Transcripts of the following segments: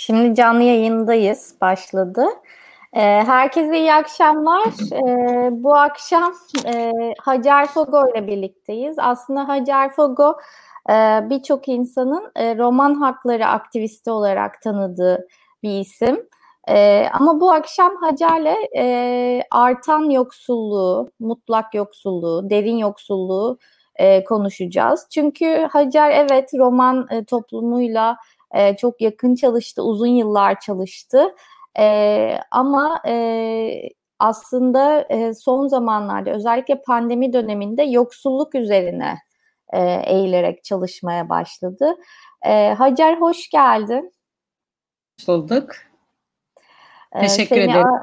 Şimdi canlı yayındayız, başladı. Herkese iyi akşamlar. Bu akşam Hacer Fogo ile birlikteyiz. Aslında Hacer Fogo birçok insanın roman hakları aktivisti olarak tanıdığı bir isim. Ama bu akşam Hacer'le artan yoksulluğu, mutlak yoksulluğu, derin yoksulluğu konuşacağız. Çünkü Hacer evet roman toplumuyla çok yakın çalıştı, uzun yıllar çalıştı. Ama aslında son zamanlarda özellikle pandemi döneminde yoksulluk üzerine eğilerek çalışmaya başladı. Hacer hoş geldin. Hoş bulduk. E, Teşekkür seni ederim.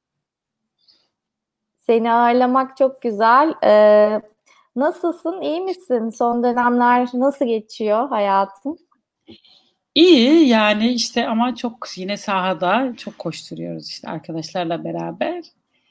seni ağırlamak çok güzel. Nasılsın? İyi misin? Son dönemler nasıl geçiyor hayatın? İyi yani işte ama çok yine sahada çok koşturuyoruz işte arkadaşlarla beraber.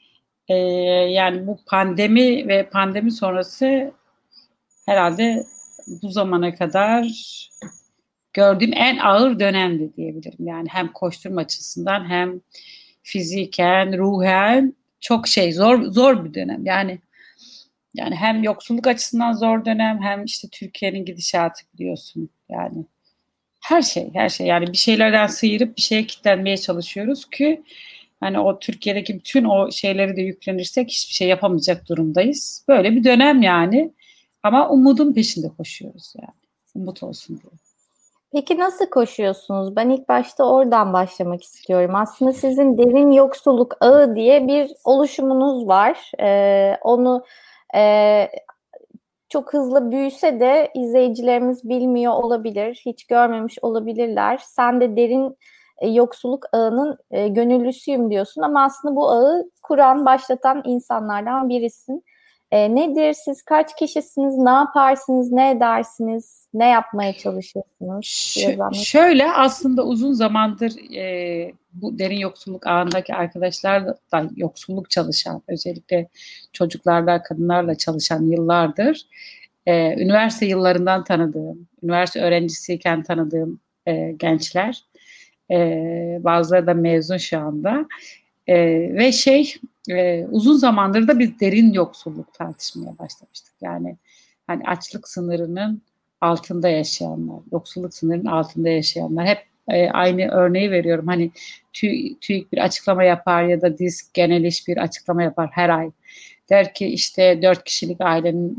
Yani bu pandemi ve pandemi sonrası herhalde bu zamana kadar gördüğüm en ağır dönemdi diyebilirim. Yani hem koşturma açısından hem fiziken, ruhen çok zor bir dönem. Yani hem yoksulluk açısından zor dönem hem işte Türkiye'nin gidişatı biliyorsun yani. Her şey yani bir şeylerden sıyırıp bir şeye kilitlenmeye çalışıyoruz ki hani o Türkiye'deki bütün o şeyleri de yüklenirsek hiçbir şey yapamayacak durumdayız. Böyle bir dönem yani ama umudun peşinde koşuyoruz yani. Umut olsun diye. Peki nasıl koşuyorsunuz? Ben ilk başta oradan başlamak istiyorum. Aslında sizin derin yoksulluk ağı diye bir oluşumunuz var. Onu e, çok hızlı büyüse de izleyicilerimiz bilmiyor olabilir, hiç görmemiş olabilirler. Sen de derin yoksulluk ağının gönüllüsüyüm diyorsun ama aslında bu ağı kuran, başlatan insanlardan birisin. Nedir? Siz kaç kişisiniz? Ne yaparsınız? Ne edersiniz? Ne yapmaya çalışıyorsunuz? Biraz anlat. Şöyle aslında uzun zamandır bu derin yoksulluk ağındaki arkadaşlar da yoksulluk çalışan, özellikle çocuklarla, kadınlarla çalışan yıllardır üniversite yıllarından tanıdığım, üniversite öğrencisiyken tanıdığım gençler, bazıları da mezun şu anda. E, ve uzun zamandır da biz derin yoksulluk tartışmaya başlamıştık. Yani hani açlık sınırının altında yaşayanlar, yoksulluk sınırının altında yaşayanlar hep aynı örneği veriyorum. Hani TÜİK bir açıklama yapar ya da DİSK genel iş bir açıklama yapar her ay. Der ki işte 4 kişilik ailenin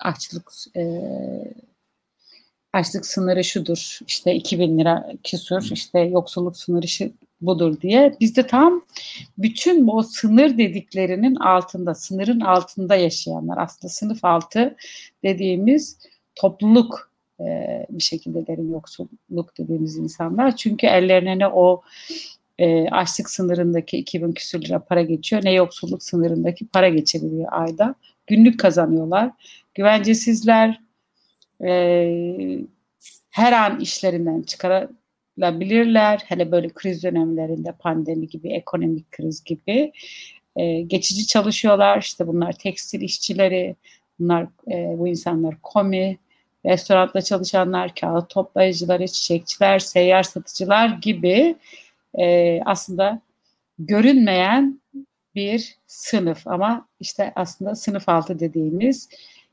açlık sınırı şudur, işte 2.000 lira küsur, işte yoksulluk sınırı budur diye. Biz de tam bütün bu sınır dediklerinin altında, sınırın altında yaşayanlar, aslında sınıf altı dediğimiz topluluk bir şekilde derin yoksulluk dediğimiz insanlar. Çünkü ellerine ne o açlık sınırındaki 2.000 küsur lira para geçiyor, ne yoksulluk sınırındaki para geçebiliyor ayda. Günlük kazanıyorlar. Güvencesizler, e, her an işlerinden çıkarılabilirler. Hele böyle kriz dönemlerinde pandemi gibi, ekonomik kriz gibi geçici çalışıyorlar. İşte bunlar tekstil işçileri, bu insanlar komi, restoranda çalışanlar, kağıt toplayıcıları, çiçekçiler, seyyar satıcılar gibi aslında görünmeyen bir sınıf ama işte aslında sınıf altı dediğimiz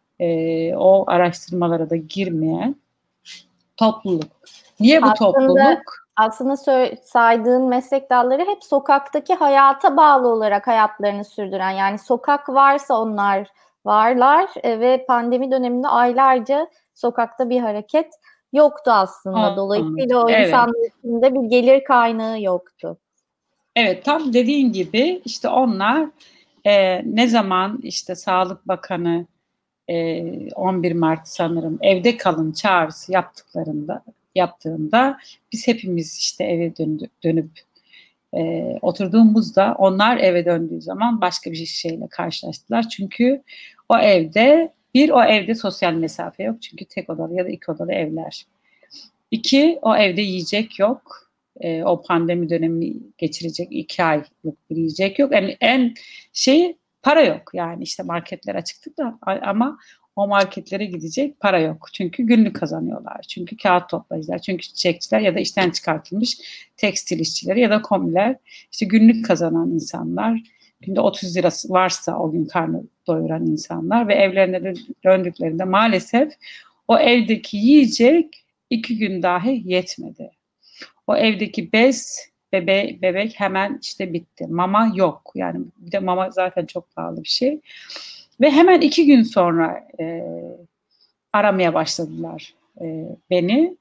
o araştırmalara da girmeyen topluluk. Niye bu Aslında topluluk? aslında saydığın meslek dalları hep sokaktaki hayata bağlı olarak hayatlarını sürdüren, yani sokak varsa onlar varlar ve pandemi döneminde aylarca sokakta bir hareket yoktu aslında. Dolayısıyla o Evet, insanların içinde bir gelir kaynağı yoktu. evet tam dediğin gibi işte onlar ne zaman işte Sağlık Bakanı 11 Mart sanırım evde kalın çağrısı yaptığında biz hepimiz işte eve dönüp oturduğumuzda onlar eve döndüğü zaman başka bir şeyle karşılaştılar. Çünkü o evde sosyal mesafe yok. Çünkü tek odalı ya da iki odalı evler. İki, o evde yiyecek yok. O pandemi dönemini geçirecek 2 aylık bir yiyecek yok. En para yok. Yani işte marketler açıktı da ama o marketlere gidecek para yok. Çünkü günlük kazanıyorlar. Çünkü kağıt toplayıcılar, çünkü çiçekçiler ya da işten çıkartılmış tekstil işçileri ya da kombiler. İşte günlük kazanan insanlar, günde 30 lirası varsa o gün karnı doyuran insanlar ve evlerine döndüklerinde maalesef o evdeki yiyecek 2 gün dahi yetmedi. O evdeki bebek hemen işte bitti. Mama yok. Yani bir de mama zaten çok pahalı bir şey. Ve hemen 2 gün sonra aramaya başladılar beni.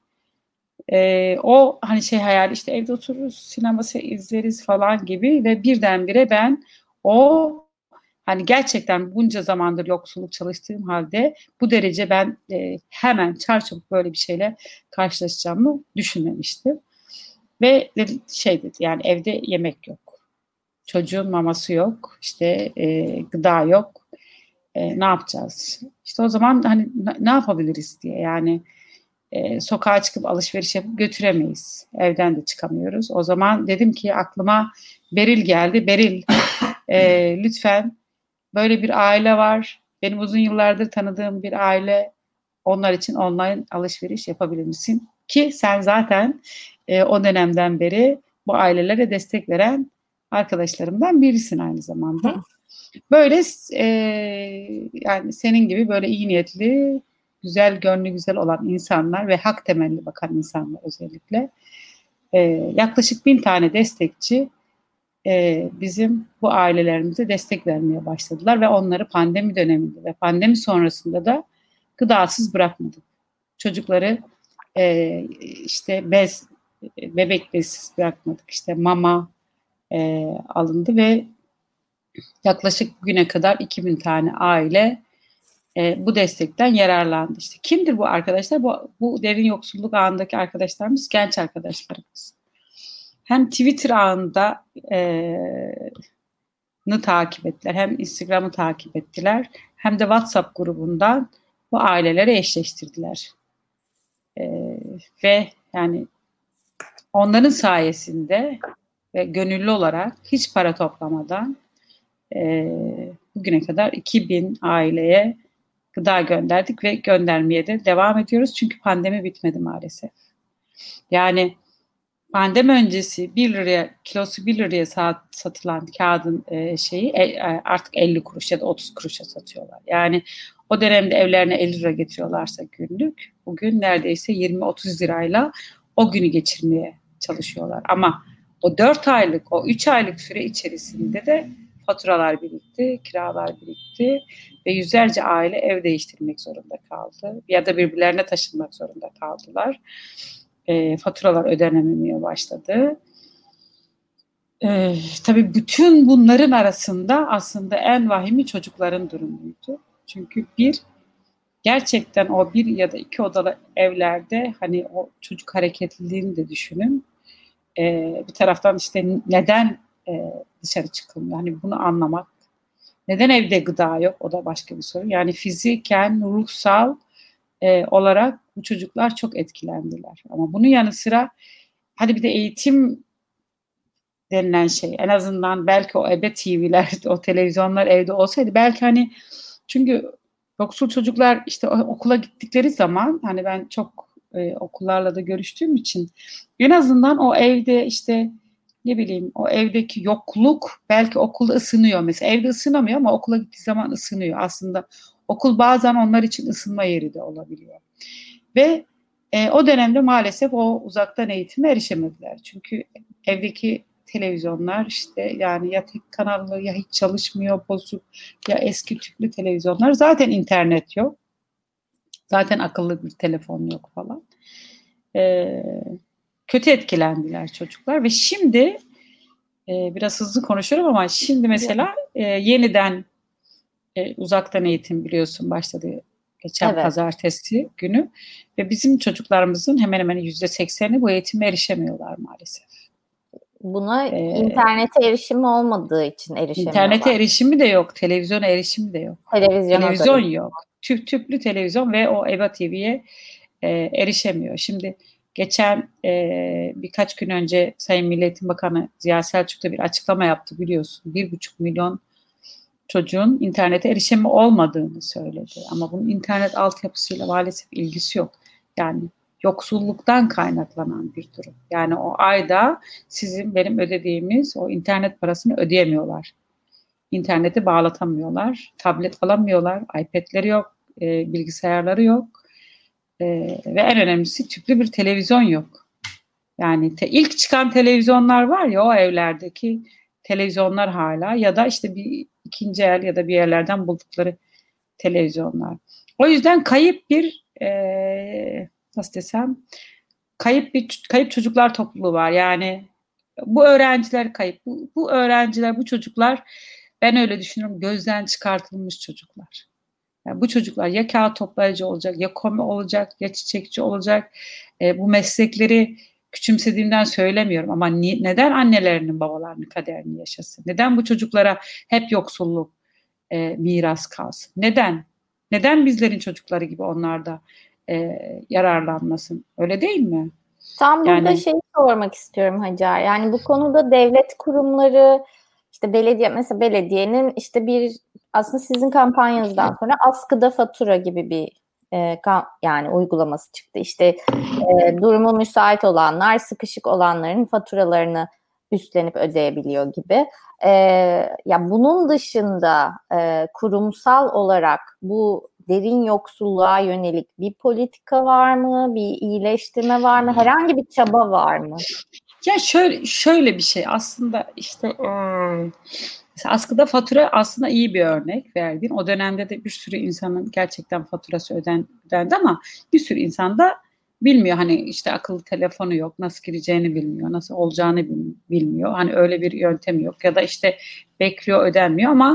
O hani şey hayal işte evde otururuz, sineması izleriz falan gibi ve birdenbire ben o hani gerçekten bunca zamandır yoksulluk çalıştığım halde bu derece ben hemen çarçabuk böyle bir şeyle karşılaşacağımı düşünmemiştim. Ve şey dedi yani evde yemek yok. Çocuğun maması yok. İşte gıda yok. Ne yapacağız? İşte o zaman hani ne yapabiliriz diye yani sokağa çıkıp alışveriş yapıp götüremeyiz. Evden de çıkamıyoruz. O zaman dedim ki aklıma Beril geldi. Beril lütfen böyle bir aile var. Benim uzun yıllardır tanıdığım bir aile. Onlar için online alışveriş yapabilir misin? Ki sen zaten o dönemden beri bu ailelere destek veren arkadaşlarımdan birisin aynı zamanda. Böyle yani senin gibi böyle iyi niyetli, güzel, gönlü güzel olan insanlar ve hak temelli bakan insanlar özellikle yaklaşık 1000 tane destekçi bizim bu ailelerimize destek vermeye başladılar ve onları pandemi döneminde ve pandemi sonrasında da gıdasız bırakmadık. Çocukları işte bebek bezsiz bırakmadık. İşte mama alındı ve yaklaşık bugüne kadar 2000 tane aile bu destekten yararlandı. İşte kimdir bu arkadaşlar? Bu derin yoksulluk ağındaki arkadaşlarımız, genç arkadaşlarımız. Hem Twitter ağında takip ettiler, hem Instagram'ı takip ettiler, hem de WhatsApp grubundan bu aileleri eşleştirdiler. Ve yani onların sayesinde ve gönüllü olarak hiç para toplamadan bugüne kadar 2000 aileye gıda gönderdik ve göndermeye de devam ediyoruz. Çünkü pandemi bitmedi maalesef. Yani pandemi öncesi 1 liraya, kilosu 1 liraya satılan kağıdın şeyi artık 50 kuruş ya da 30 kuruşa satıyorlar. Yani o dönemde evlerine 50 lira getiriyorlarsa günlük, bugün neredeyse 20-30 lirayla o günü geçirmeye çalışıyorlar. Ama o 4 aylık, o 3 aylık süre içerisinde de faturalar birikti, kiralar birikti ve yüzlerce aile ev değiştirmek zorunda kaldı ya da birbirlerine taşınmak zorunda kaldılar. Faturalar ödenememeye başladı. Tabii bütün bunların arasında aslında en vahimi çocukların durumuydu. Çünkü gerçekten o 1 ya da 2 odalı evlerde hani o çocuk hareketliliğini de düşünün. Bir taraftan işte neden dışarı çıkılmıyor? Hani bunu anlamak. Neden evde gıda yok? O da başka bir soru. Yani fiziken, ruhsal olarak bu çocuklar çok etkilendiler. Ama bunun yanı sıra hadi bir de eğitim denilen şey, en azından belki o ebe TV'ler, o televizyonlar evde olsaydı belki hani, çünkü yoksul çocuklar işte okula gittikleri zaman hani ben çok okullarla da görüştüğüm için en azından o evde işte ne bileyim o evdeki yokluk belki okulda ısınıyor. Mesela evde ısınamıyor ama okula gittiği zaman ısınıyor. Aslında okul bazen onlar için ısınma yeri de olabiliyor. Ve o dönemde maalesef o uzaktan eğitime erişemediler. Çünkü evdeki televizyonlar işte yani ya tek kanallı ya hiç çalışmıyor, bozuk, ya eski tüplü televizyonlar. Zaten internet yok. Zaten akıllı bir telefon yok falan. Kötü etkilendiler çocuklar ve şimdi biraz hızlı konuşuyorum ama şimdi mesela yeniden uzaktan eğitim biliyorsun başladı geçen pazartesi günü ve bizim çocuklarımızın hemen hemen %80'i bu eğitime erişemiyorlar maalesef. Buna internete erişimi olmadığı için erişemiyorlar. İnternete erişimi de yok, televizyona erişimi de yok. Televizyon yok. Tüplü televizyon ve o EBA TV'ye erişemiyor. Şimdi geçen birkaç gün önce Sayın Milli Eğitim Bakanı Ziya Selçuk da bir açıklama yaptı biliyorsun. 1,5 milyon çocuğun internete erişimi olmadığını söyledi. Ama bunun internet altyapısıyla maalesef ilgisi yok. Yani yoksulluktan kaynaklanan bir durum. Yani o ayda sizin benim ödediğimiz o internet parasını ödeyemiyorlar. İnterneti bağlatamıyorlar, tablet alamıyorlar, iPad'leri yok, bilgisayarları yok ve en önemlisi tüplü bir televizyon yok. Yani ilk çıkan televizyonlar var ya, o evlerdeki televizyonlar hala, ya da işte bir ikinci el ya da bir yerlerden buldukları televizyonlar. O yüzden kayıp bir nasıl desem, kayıp çocuklar topluluğu var. Yani bu öğrenciler kayıp. Bu öğrenciler, bu çocuklar, ben öyle düşünüyorum, gözden çıkartılmış çocuklar. Yani bu çocuklar ya kağıt toplayıcı olacak, ya komi olacak, ya çiçekçi olacak. Bu meslekleri küçümsediğimden söylemiyorum ama neden annelerinin babalarının kaderini yaşasın? Neden bu çocuklara hep yoksulluk miras kalsın? Neden? Neden bizlerin çocukları gibi onlar da yararlanmasın? Öyle değil mi? Tam burada Yani şeyi sormak istiyorum Hacer. Yani bu konuda devlet kurumları, işte belediye, mesela belediyenin işte bir, aslında sizin kampanyanızdan sonra askıda fatura gibi bir yani uygulaması çıktı. İşte durumu müsait olanlar sıkışık olanların faturalarını üstlenip ödeyebiliyor gibi. Ya bunun dışında kurumsal olarak bu derin yoksulluğa yönelik bir politika var mı? Bir iyileştirme var mı? Herhangi bir çaba var mı? ya şöyle bir şey aslında, işte mesela askıda fatura aslında iyi bir örnek verdiğin. O dönemde de bir sürü insanın gerçekten faturası ödendi ama bir sürü insan da bilmiyor, hani işte akıllı telefonu yok, nasıl gireceğini bilmiyor, nasıl olacağını bilmiyor. Hani öyle bir yöntemi yok ya da işte bekliyor, ödenmiyor ama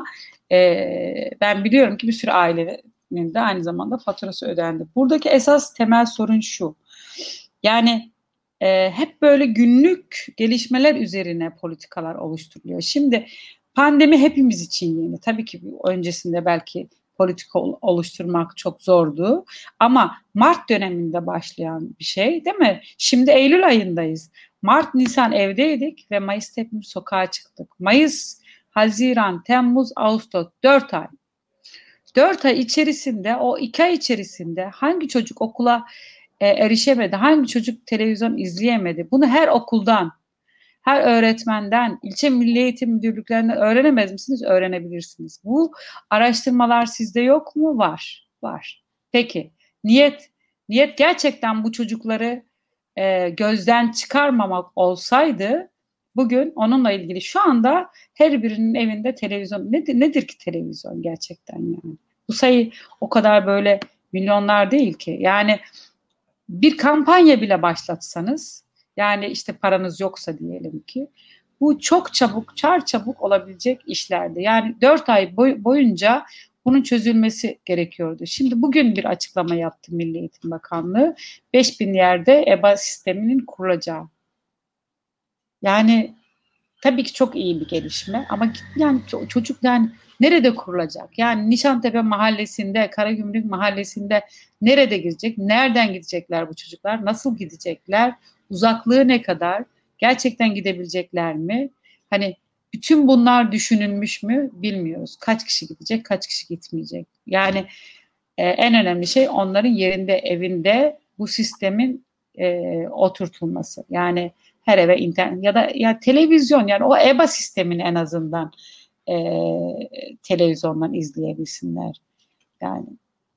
ben biliyorum ki bir sürü ailenin de aynı zamanda faturası ödendi. Buradaki esas temel sorun şu. Yani hep böyle günlük gelişmeler üzerine politikalar oluşturuluyor. Şimdi pandemi hepimiz için yeni. Tabii ki öncesinde belki politika oluşturmak çok zordu. Ama Mart döneminde başlayan bir şey, değil mi? Şimdi Eylül ayındayız. Mart, Nisan evdeydik ve Mayıs'ta hepimiz sokağa çıktık. Mayıs, Haziran, Temmuz, Ağustos, 4 ay. 4 ay içerisinde, o 2 ay içerisinde hangi çocuk okula erişemedi, hangi çocuk televizyon izleyemedi? Bunu her okuldan, her öğretmenden, ilçe milli eğitim müdürlüklerinden öğrenemez misiniz? Öğrenebilirsiniz. Bu araştırmalar sizde yok mu? Var. Var. Peki, niyet gerçekten bu çocukları gözden çıkarmamak olsaydı, bugün onunla ilgili şu anda her birinin evinde televizyon, nedir ki televizyon gerçekten yani? Bu sayı o kadar böyle milyonlar değil ki. Yani bir kampanya bile başlatsanız, yani işte paranız yoksa diyelim ki, bu çok çabuk, çarçabuk olabilecek işlerdi. Yani 4 ay boyunca bunun çözülmesi gerekiyordu. Şimdi bugün bir açıklama yaptı Milli Eğitim Bakanlığı. 5.000 yerde EBA sisteminin kurulacağı. Yani tabii ki çok iyi bir gelişme ama yani çocuk yani nerede kurulacak? Yani Nişantepe mahallesinde, Karagümrük mahallesinde nerede gidecek? Nereden gidecekler bu çocuklar? Nasıl gidecekler? Uzaklığı ne kadar? Gerçekten gidebilecekler mi? Hani bütün bunlar düşünülmüş mü bilmiyoruz. Kaç kişi gidecek, kaç kişi gitmeyecek? Yani en önemli şey onların yerinde, evinde bu sistemin oturtulması. Yani her eve internet ya da ya televizyon, yani o EBA sistemini en azından televizyondan izleyebilsinler. Yani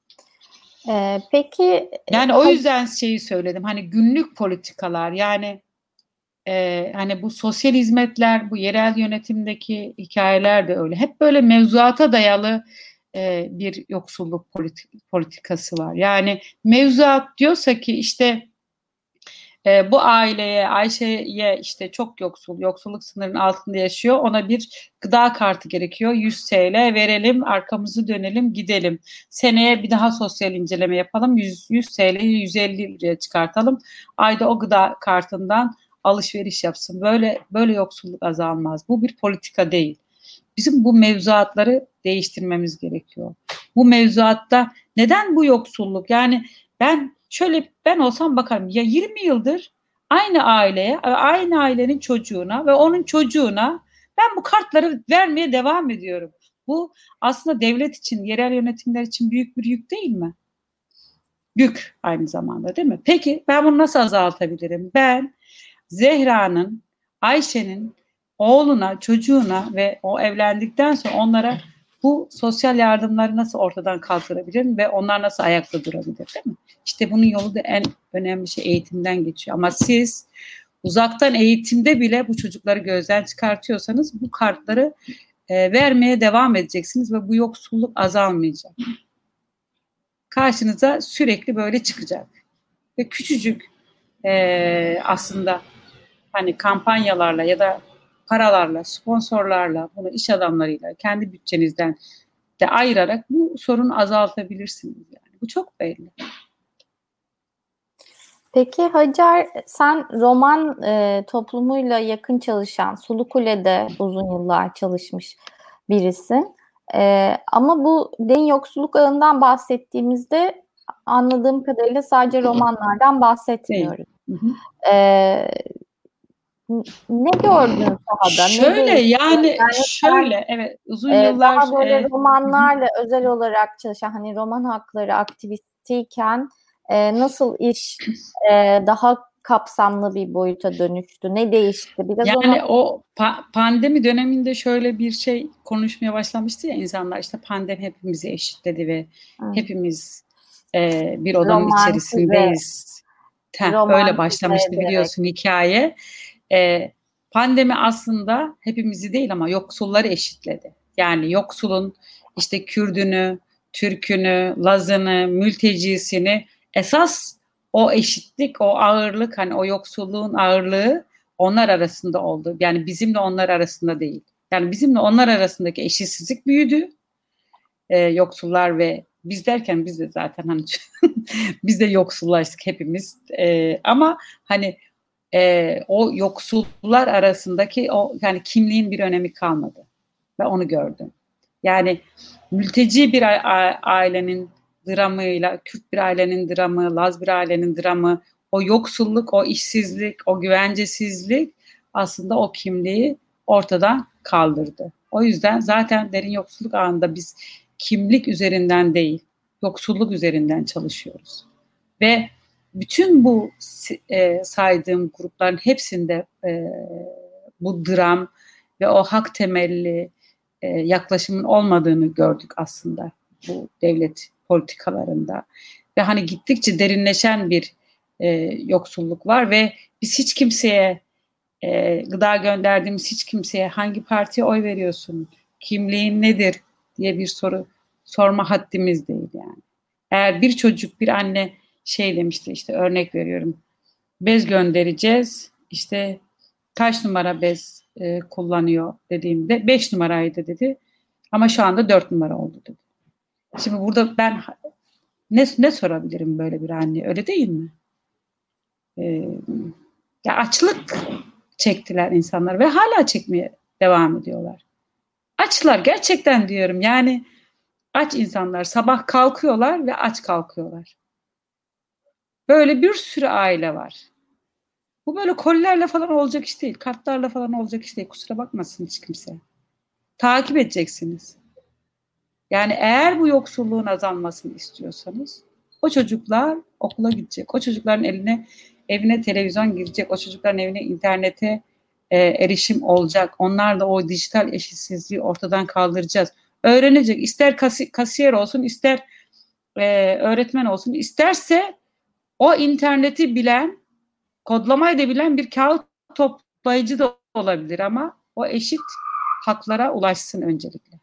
Peki yani o yüzden şeyi söyledim, hani günlük politikalar, yani hani bu sosyal hizmetler, bu yerel yönetimdeki hikayeler de öyle. Hep böyle mevzuata dayalı bir yoksulluk politikası var. Yani mevzuat diyorsa ki işte bu aileye, Ayşe'ye işte çok yoksulluk sınırının altında yaşıyor. Ona bir gıda kartı gerekiyor. 100 TL verelim, arkamızı dönelim, gidelim. Seneye bir daha sosyal inceleme yapalım. 100 TL'yi 150 liraya çıkartalım. Ayda o gıda kartından alışveriş yapsın. Böyle yoksulluk azalmaz. Bu bir politika değil. Bizim bu mevzuatları değiştirmemiz gerekiyor. Bu mevzuatta neden bu yoksulluk? Yani ben olsam bakarım ya, 20 yıldır aynı aileye, aynı ailenin çocuğuna ve onun çocuğuna ben bu kartları vermeye devam ediyorum. Bu aslında devlet için, yerel yönetimler için büyük bir yük değil mi? Yük aynı zamanda, değil mi? Peki ben bunu nasıl azaltabilirim? Ben Zehra'nın, Ayşe'nin oğluna, çocuğuna ve o evlendikten sonra onlara bu sosyal yardımları nasıl ortadan kaldırabilirim ve onlar nasıl ayakta durabilir, değil mi? İşte bunun yolu da en önemli şey eğitimden geçiyor. Ama siz uzaktan eğitimde bile bu çocukları gözden çıkartıyorsanız bu kartları vermeye devam edeceksiniz ve bu yoksulluk azalmayacak. Karşınıza sürekli böyle çıkacak. Ve küçücük aslında hani kampanyalarla ya da paralarla, sponsorlarla, bunu iş adamlarıyla, kendi bütçenizden de ayırarak bu sorunu azaltabilirsiniz. Yani. Bu çok belli. Peki Hacer, sen roman toplumuyla yakın çalışan, Sulukule'de uzun yıllar çalışmış birisin. Ama bu derin yoksulluk ağından bahsettiğimizde anladığım kadarıyla sadece romanlardan bahsetmiyoruz. E, Ne gördün sahada? Ne Şöyle değişti? Yani Sen şöyle evet uzun yıllar daha böyle romanlarla özel olarak çalışan, hani roman hakları aktivistiyken nasıl iş daha kapsamlı bir boyuta dönüştü? Ne değişti? Biraz ona... Yani o pandemi döneminde şöyle bir şey konuşmaya başlamıştı ya insanlar, işte pandemi hepimizi eşitledi ve hepimiz bir odanın romantize, içerisindeyiz. Öyle romantize başlamıştı ederek. biliyorsun hikaye. Pandemi aslında hepimizi değil ama yoksulları eşitledi. Yani yoksulun işte Kürdünü, Türkünü, Lazını, mültecisini, esas o eşitlik, o ağırlık, hani o yoksulluğun ağırlığı onlar arasında oldu. Yani bizimle onlar arasında değil. Yani bizimle onlar arasındaki eşitsizlik büyüdü. Yoksullar ve biz derken biz de zaten hani biz de yoksullaştık hepimiz. Ama hani o yoksullar arasındaki o yani kimliğin bir önemi kalmadı. Ve onu gördüm. Yani mülteci bir ailenin dramıyla, Kürt bir ailenin dramı, Laz bir ailenin dramı, o yoksulluk, o işsizlik, o güvencesizlik aslında o kimliği ortadan kaldırdı. O yüzden zaten derin yoksulluk ağında biz kimlik üzerinden değil, yoksulluk üzerinden çalışıyoruz. Ve bütün bu saydığım grupların hepsinde bu dram ve o hak temelli yaklaşımın olmadığını gördük aslında bu devlet politikalarında. Ve hani gittikçe derinleşen bir yoksulluk var ve biz hiç kimseye gıda gönderdiğimiz hiç kimseye hangi partiye oy veriyorsun, kimliğin nedir diye bir soru sorma haddimiz değil yani. Eğer bir çocuk, bir anne şey demişti, işte örnek veriyorum, bez göndereceğiz, işte kaç numara bez kullanıyor dediğimde 5 numaraydı dedi ama şu anda 4 numara oldu dedi. Şimdi burada ben ne sorabilirim böyle bir anne, öyle değil mi? Ya açlık çektiler insanlar ve hala çekmeye devam ediyorlar. Açlar gerçekten diyorum yani, aç insanlar sabah kalkıyorlar ve aç kalkıyorlar. Böyle bir sürü aile var. Bu böyle kolilerle falan olacak iş değil. Kartlarla falan olacak iş değil. Kusura bakmasın hiç kimse. Takip edeceksiniz. Yani eğer bu yoksulluğun azalmasını istiyorsanız o çocuklar okula gidecek. O çocukların evine televizyon girecek. O çocukların evine internete erişim olacak. Onlar da o dijital eşitsizliği ortadan kaldıracağız. Öğrenecek. İster kasiyer olsun, ister öğretmen olsun, isterse o interneti bilen, kodlamayı da bilen bir kağıt toplayıcı da olabilir ama o eşit haklara ulaşsın öncelikle.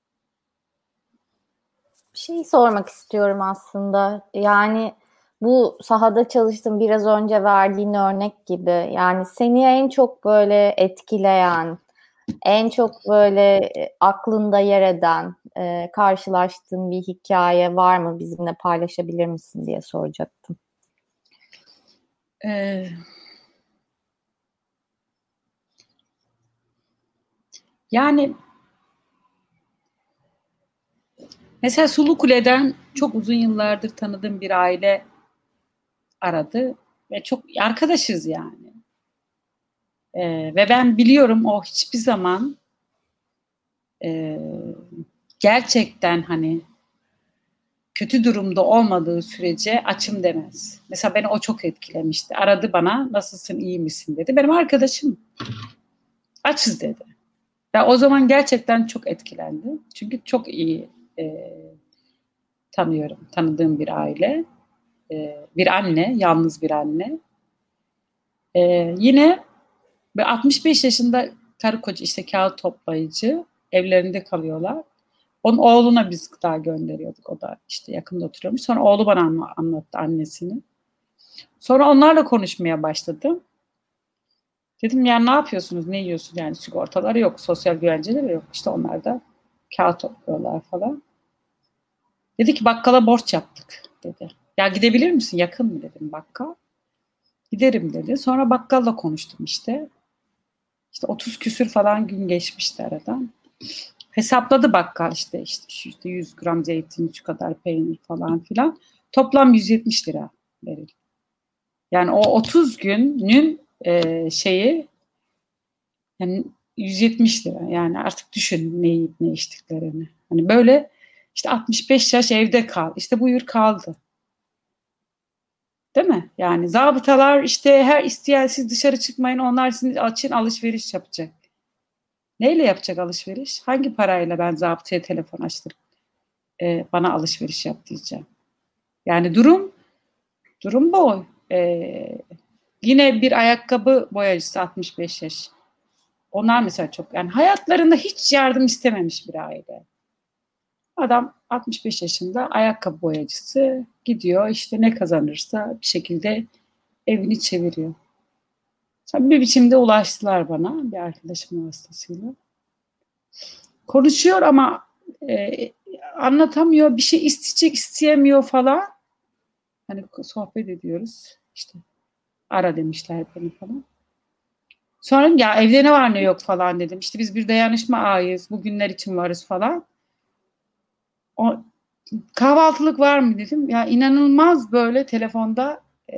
Bir şey sormak istiyorum aslında. Yani bu sahada çalıştığım biraz önce verdiğin örnek gibi. Yani seni en çok böyle etkileyen, en çok böyle aklında yer eden, karşılaştığın bir hikaye var mı? Bizimle paylaşabilir misin diye soracaktım. Yani mesela Sulukule'den çok uzun yıllardır tanıdığım bir aile aradı ve çok arkadaşız yani. Ve ben biliyorum o hiçbir zaman gerçekten hani kötü durumda olmadığı sürece açım demez. Mesela beni o çok etkilemişti. Aradı bana, nasılsın, iyi misin dedi. Benim arkadaşım, açız dedi. Ve o zaman gerçekten çok etkilendim. Çünkü çok iyi tanıdığım bir aile. Bir anne, yalnız bir anne. Yine 65 yaşında karı koca işte kağıt toplayıcı, evlerinde kalıyorlar. Onun oğluna biz gıda gönderiyorduk. O da işte yakında oturuyormuş. Sonra oğlu bana anlattı annesini. Sonra onlarla konuşmaya başladım. Dedim ya ne yapıyorsunuz, ne yiyorsunuz? Yani sigortaları yok, sosyal güvenceleri yok. İşte onlar da kağıt topluyorlar falan. Dedi ki bakkala borç yaptık dedi. Ya gidebilir misin? Yakın mı dedim bakkal. Giderim dedi. Sonra bakkalla konuştum işte. İşte 30 küsür falan gün geçmişti aradan. Hesapladı bakkal işte 100 gram zeytin, şu kadar peynir falan filan. Toplam 170 lira verildi. Yani o 30 günün şeyi yani 170 lira. Yani artık düşün ne yiyip ne içtiklerini. Hani böyle işte 65 yaş evde kal. İşte buyur kaldı. Değil mi? Yani zabıtalar işte her isteyen siz dışarı çıkmayın onlar sizin için alışveriş yapacak. Neyle yapacak alışveriş? Hangi parayla ben zabıtaya telefon açtırıp bana alışveriş yap diyeceğim. Yani durum bu. Yine bir ayakkabı boyacısı 65 yaş. Onlar mesela çok yani hayatlarında hiç yardım istememiş bir aile. Adam 65 yaşında ayakkabı boyacısı gidiyor işte ne kazanırsa bir şekilde evini çeviriyor. Tabii bir biçimde ulaştılar bana bir arkadaşım vasıtasıyla. Konuşuyor ama anlatamıyor, bir şey isteyecek, isteyemiyor falan. Hani sohbet ediyoruz. İşte ara demişler beni falan. Sonra ya evde ne var ne yok falan dedim. İşte biz bir dayanışma ağıyız. Bugünler için varız falan. O kahvaltılık var mı dedim. Ya inanılmaz böyle telefonda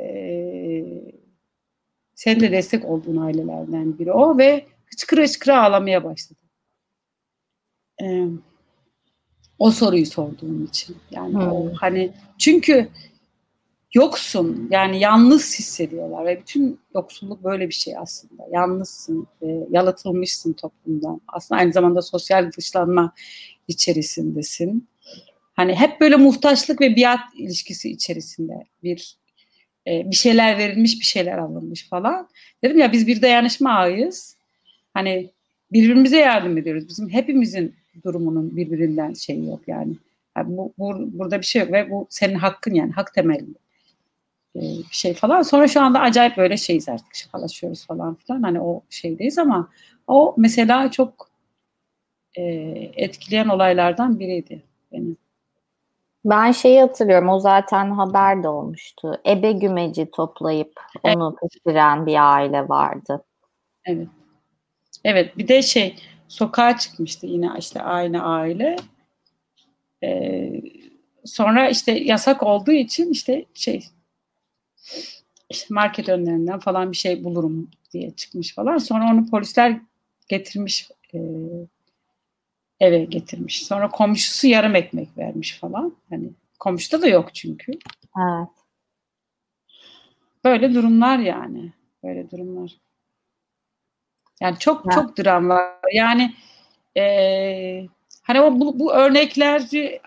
senin de destek olduğun ailelerden biri o ve hıçkıra hıçkıra ağlamaya başladı. E, O soruyu sorduğum için. Yani o hani çünkü yoksun yani yalnız hissediyorlar ve bütün yoksulluk böyle bir şey aslında. Yalnızsın, yalıtılmışsın toplumdan. Aslında aynı zamanda sosyal dışlanma içerisindesin. Hani hep böyle muhtaçlık ve biat ilişkisi içerisinde bir şeyler verilmiş, bir şeyler alınmış falan. Dedim ya biz bir dayanışma ağıyız. Hani birbirimize yardım ediyoruz. Bizim hepimizin durumunun birbirinden şeyi yok yani. Yani burada bir şey yok ve bu senin hakkın yani hak temelli bir şey falan. Sonra şu anda acayip böyle şeyiz artık şakalaşıyoruz falan filan. Hani o şeydeyiz ama o mesela çok etkileyen olaylardan biriydi beni. Ben şeyi hatırlıyorum, o zaten haber de olmuştu. Ebe gümeci toplayıp Evet, onu pişiren bir aile vardı. evet. Evet bir de sokağa çıkmıştı yine işte aynı aile. Ee, Sonra işte yasak olduğu için işte market önlerinden falan bir şey bulurum diye çıkmış falan. Sonra onu polisler getirmiş eve getirmiş. Sonra komşusu yarım ekmek vermiş falan. Hani komşuda da yok çünkü. Evet. Böyle durumlar yani. Böyle durumlar. Yani çok Ya, çok dram var. Yani hani bu örnekleri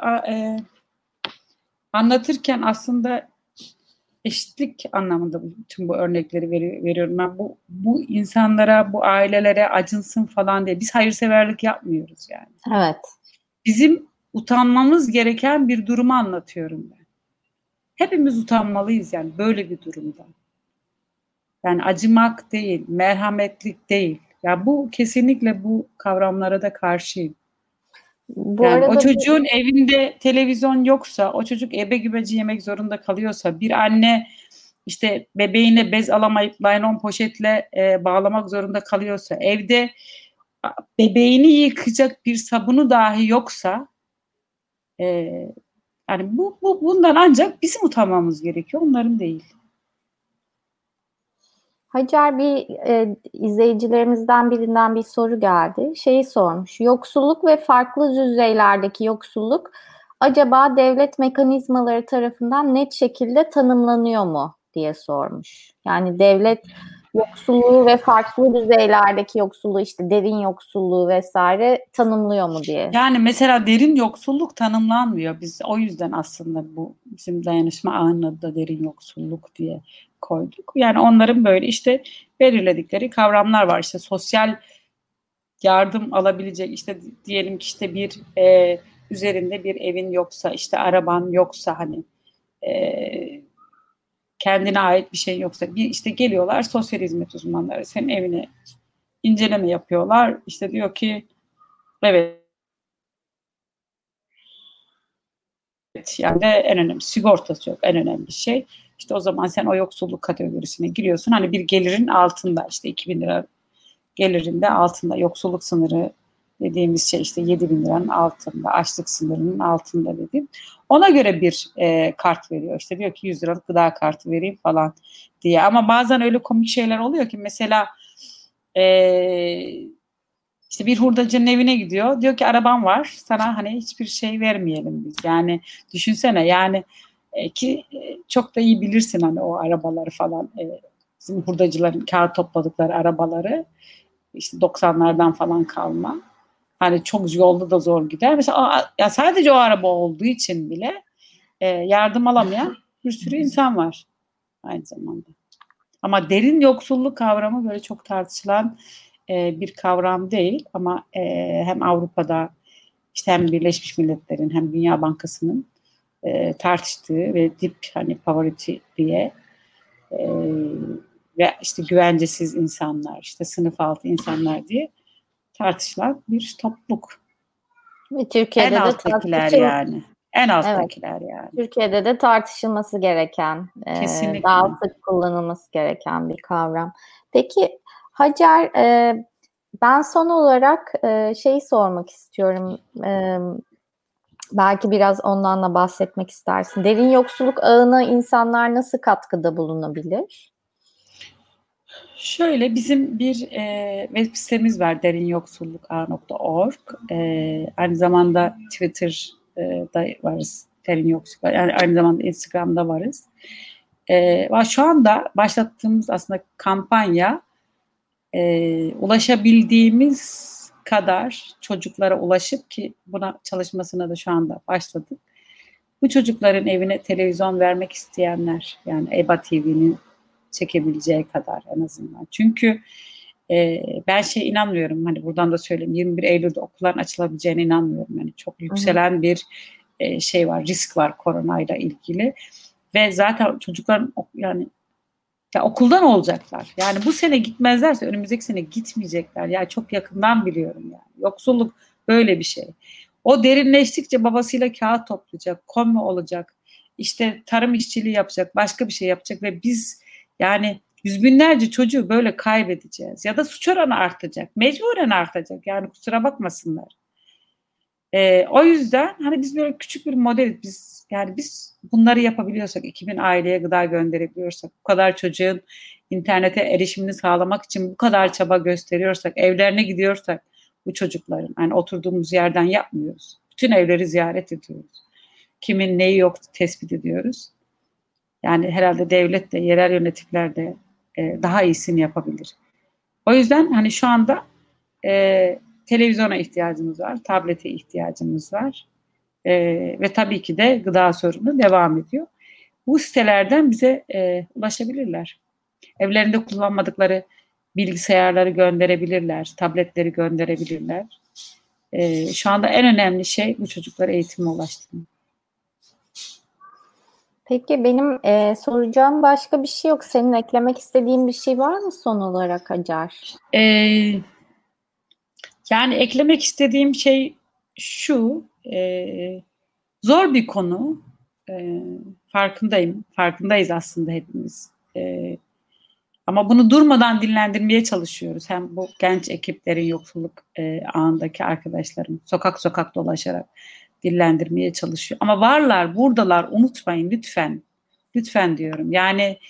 anlatırken aslında eşitlik anlamında tüm bu örnekleri veriyorum. Ben bu insanlara, bu ailelere acınsın falan diye. Biz hayırseverlik yapmıyoruz yani. evet. Bizim utanmamız gereken bir durumu anlatıyorum ben. Hepimiz utanmalıyız yani böyle bir durumda. Yani acımak değil, merhametlik değil. Ya bu kesinlikle bu kavramlara da karşıyım. Bu Yani o arada çocuğun evinde televizyon yoksa, o çocuk ebe güveci yemek zorunda kalıyorsa, bir anne işte bebeğine bez alamayıp naylon poşetle bağlamak zorunda kalıyorsa, evde bebeğini yıkayacak bir sabunu dahi yoksa, e, yani bundan ancak bizim utanmamız gerekiyor, onların değil. Hacer, bir izleyicilerimizden birinden bir soru geldi. Şeyi sormuş. Yoksulluk ve farklı düzeylerdeki yoksulluk acaba devlet mekanizmaları tarafından net şekilde tanımlanıyor mu diye sormuş. Yani devlet yoksulluğu ve farklı düzeylerdeki yoksulluğu, işte derin yoksulluğu vesaire tanımlıyor mu diye. Yani mesela derin yoksulluk tanımlanmıyor. Biz o yüzden aslında bu bizim dayanışma ağının adı da derin yoksulluk diye koyduk. Yani onların böyle işte belirledikleri kavramlar var. İşte sosyal yardım alabilecek, işte diyelim ki işte bir üzerinde bir evin yoksa, işte araban yoksa, hani e, kendine ait bir şey yoksa, bir işte geliyorlar sosyal hizmet uzmanları senin evine inceleme yapıyorlar. İşte diyor ki evet, yani de en önemli sigortası yok, en önemli şey. İşte o zaman sen o yoksulluk kategorisine giriyorsun. Hani bir gelirin altında, işte 2.000 lira gelirinde altında, yoksulluk sınırı dediğimiz şey işte 7.000 liranın altında, açlık sınırının altında dediğim. Ona göre bir kart veriyor. İşte diyor ki 100 liralık gıda kartı vereyim falan diye. Ama bazen öyle komik şeyler oluyor ki, mesela e, işte bir hurdacının evine gidiyor. Diyor ki arabam var. Sana hani hiçbir şey vermeyelim biz. Yani düşünsene, yani ki çok da iyi bilirsin hani o arabaları falan. Bizim hurdacıların kağıt topladıkları arabaları işte 90'lardan falan kalma. Hani çok yolda da zor gider. Mesela ya sadece o araba olduğu için bile yardım alamayan bir sürü insan var aynı zamanda. Ama derin yoksulluk kavramı böyle çok tartışılan bir kavram değil. Ama hem Avrupa'da, işte hem Birleşmiş Milletler'in hem Dünya Bankası'nın tartıştığı ve deep hani poverty diye e, ve işte güvencesiz insanlar, işte sınıf altı insanlar diye tartışılan bir topluluk. Ve En Türkiye'de de alttakiler yani. En evet, alttakiler yani. Türkiye'de de tartışılması gereken, daha Kesinlikle. sık kullanılması gereken bir kavram. Peki Hacer, ben son olarak şeyi sormak istiyorum. Belki biraz ondan da bahsetmek istersin. Derin yoksulluk ağına insanlar nasıl katkıda bulunabilir? Şöyle, bizim bir web sitemiz var, derinyoksulluk.org. Aynı zamanda Twitter'da varız, Derin Yoksulluk. Yani aynı zamanda Instagram'da varız. Şu anda başlattığımız aslında kampanya, ulaşabildiğimiz kadar çocuklara ulaşıp, ki buna çalışmasına da şu anda başladık. Bu çocukların evine televizyon vermek isteyenler, yani EBA TV'nin çekebileceği kadar en azından. Çünkü ben inanmıyorum, hani buradan da söyleyeyim, 21 Eylül'de okulların açılabileceğine inanmıyorum. Yani çok Hı hı. yükselen bir şey var, risk var koronayla ilgili. Ve zaten çocukların yani ya okuldan olacaklar. Yani bu sene gitmezlerse önümüzdeki sene gitmeyecekler. Yani çok yakından biliyorum yani. Yoksulluk böyle bir şey. O derinleştikçe babasıyla kağıt toplayacak, kombi olacak, işte tarım işçiliği yapacak, başka bir şey yapacak ve biz yani yüz binlerce çocuğu böyle kaybedeceğiz. Ya da suç oranı artacak, mecburen artacak. Yani kusura bakmasınlar. O yüzden hani biz böyle küçük bir modeliz. Biz bunları yapabiliyorsak, 2.000 aileye gıda gönderebiliyorsak, bu kadar çocuğun internete erişimini sağlamak için bu kadar çaba gösteriyorsak, evlerine gidiyorsak, bu çocukların hani oturduğumuz yerden yapmıyoruz. Bütün evleri ziyaret ediyoruz. Kimin neyi yok tespit ediyoruz. Yani herhalde devlet de, yerel yönetimler de daha iyisini yapabilir. O yüzden hani şu anda televizyona ihtiyacımız var, tablete ihtiyacımız var. Ve tabii ki de gıda sorunu devam ediyor. Bu sitelerden bize ulaşabilirler. Evlerinde kullanmadıkları bilgisayarları gönderebilirler, tabletleri gönderebilirler. Şu anda en önemli şey bu çocuklara eğitime ulaştırmak. Peki benim soracağım başka bir şey yok. Senin eklemek istediğin bir şey var mı son olarak Hacer? Ee, Yani eklemek istediğim şey şu, zor bir konu. E, Farkındayım, farkındayız aslında hepimiz. Ama bunu durmadan dinlendirmeye çalışıyoruz. Hem bu genç ekiplerin, yoksulluk ağındaki arkadaşlarım sokak sokak dolaşarak dillendirmeye çalışıyor. Ama varlar, buradalar, unutmayın lütfen. Lütfen diyorum. Yani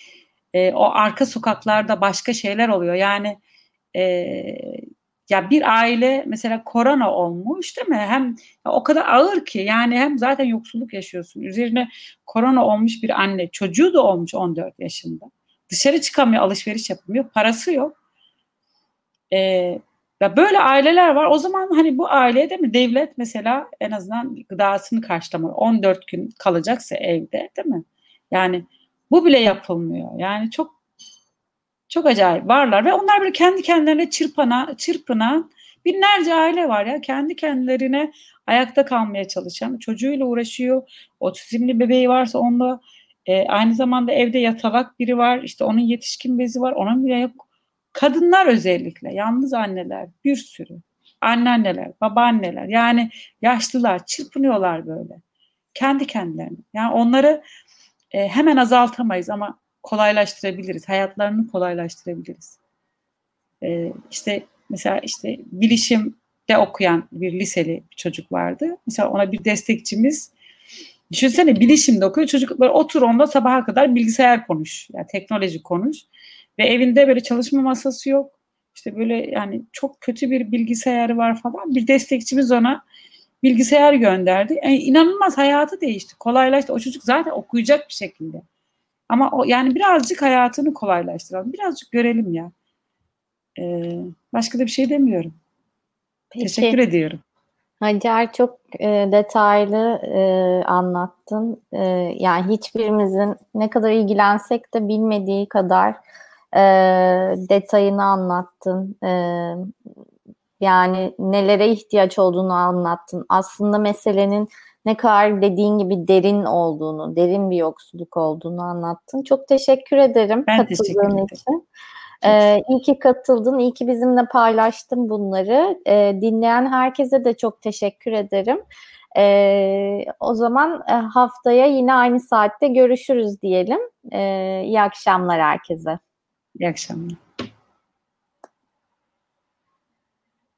o arka sokaklarda başka şeyler oluyor. Yani e, ya bir aile mesela korona olmuş değil mi? Hem o kadar ağır ki yani hem zaten yoksulluk yaşıyorsun. Üzerine korona olmuş bir anne, çocuğu da olmuş 14 yaşında. Dışarı çıkamıyor, alışveriş yapamıyor, parası yok. E, ya böyle aileler var. O zaman hani bu aileye de mi devlet mesela en azından gıdasını karşılamalı. 14 gün kalacaksa evde değil mi? Yani bu bile yapılmıyor. Yani çok çok acayip varlar ve onlar böyle kendi kendilerine çırpınan binlerce aile var ya. Kendi kendilerine ayakta kalmaya çalışan, çocuğuyla uğraşıyor. Otizmli bebeği varsa onunla aynı zamanda evde yatalak biri var. İşte onun yetişkin bezi var. Onun bile yok. Kadınlar özellikle, yalnız anneler bir sürü. Anneanneler, babaanneler yani yaşlılar çırpınıyorlar böyle. Kendi kendilerine. Yani onları hemen azaltamayız ama kolaylaştırabiliriz. Hayatlarını kolaylaştırabiliriz. İşte mesela işte bilişimde okuyan bir liseli bir çocuk vardı. Mesela ona bir destekçimiz düşünsene bilişimde okuyor çocuk böyle otur onda sabaha kadar bilgisayar konuş. Yani teknoloji konuş. Ve evinde böyle çalışma masası yok. İşte böyle yani çok kötü bir bilgisayarı var falan. Bir destekçimiz ona bilgisayar gönderdi. Yani inanılmaz hayatı değişti. Kolaylaştı. O çocuk zaten okuyacak bir şekilde. Ama o yani birazcık hayatını kolaylaştıralım. Birazcık görelim ya. Başka da bir şey demiyorum. Peki. Teşekkür ediyorum. Hacer, çok detaylı anlattın. Yani hiçbirimizin ne kadar ilgilensek de bilmediği kadar e, detayını anlattın. Yani nelere ihtiyaç olduğunu anlattın. Aslında meselenin ne kadar dediğin gibi derin olduğunu, derin bir yoksulluk olduğunu anlattın. Çok teşekkür ederim Ben teşekkür katıldığın ederim. için. Çok sağ ol. İyi ki katıldın, iyi ki bizimle paylaştın bunları. Dinleyen herkese de çok teşekkür ederim. O zaman haftaya yine aynı saatte görüşürüz diyelim. İyi akşamlar herkese. İyi akşamlar.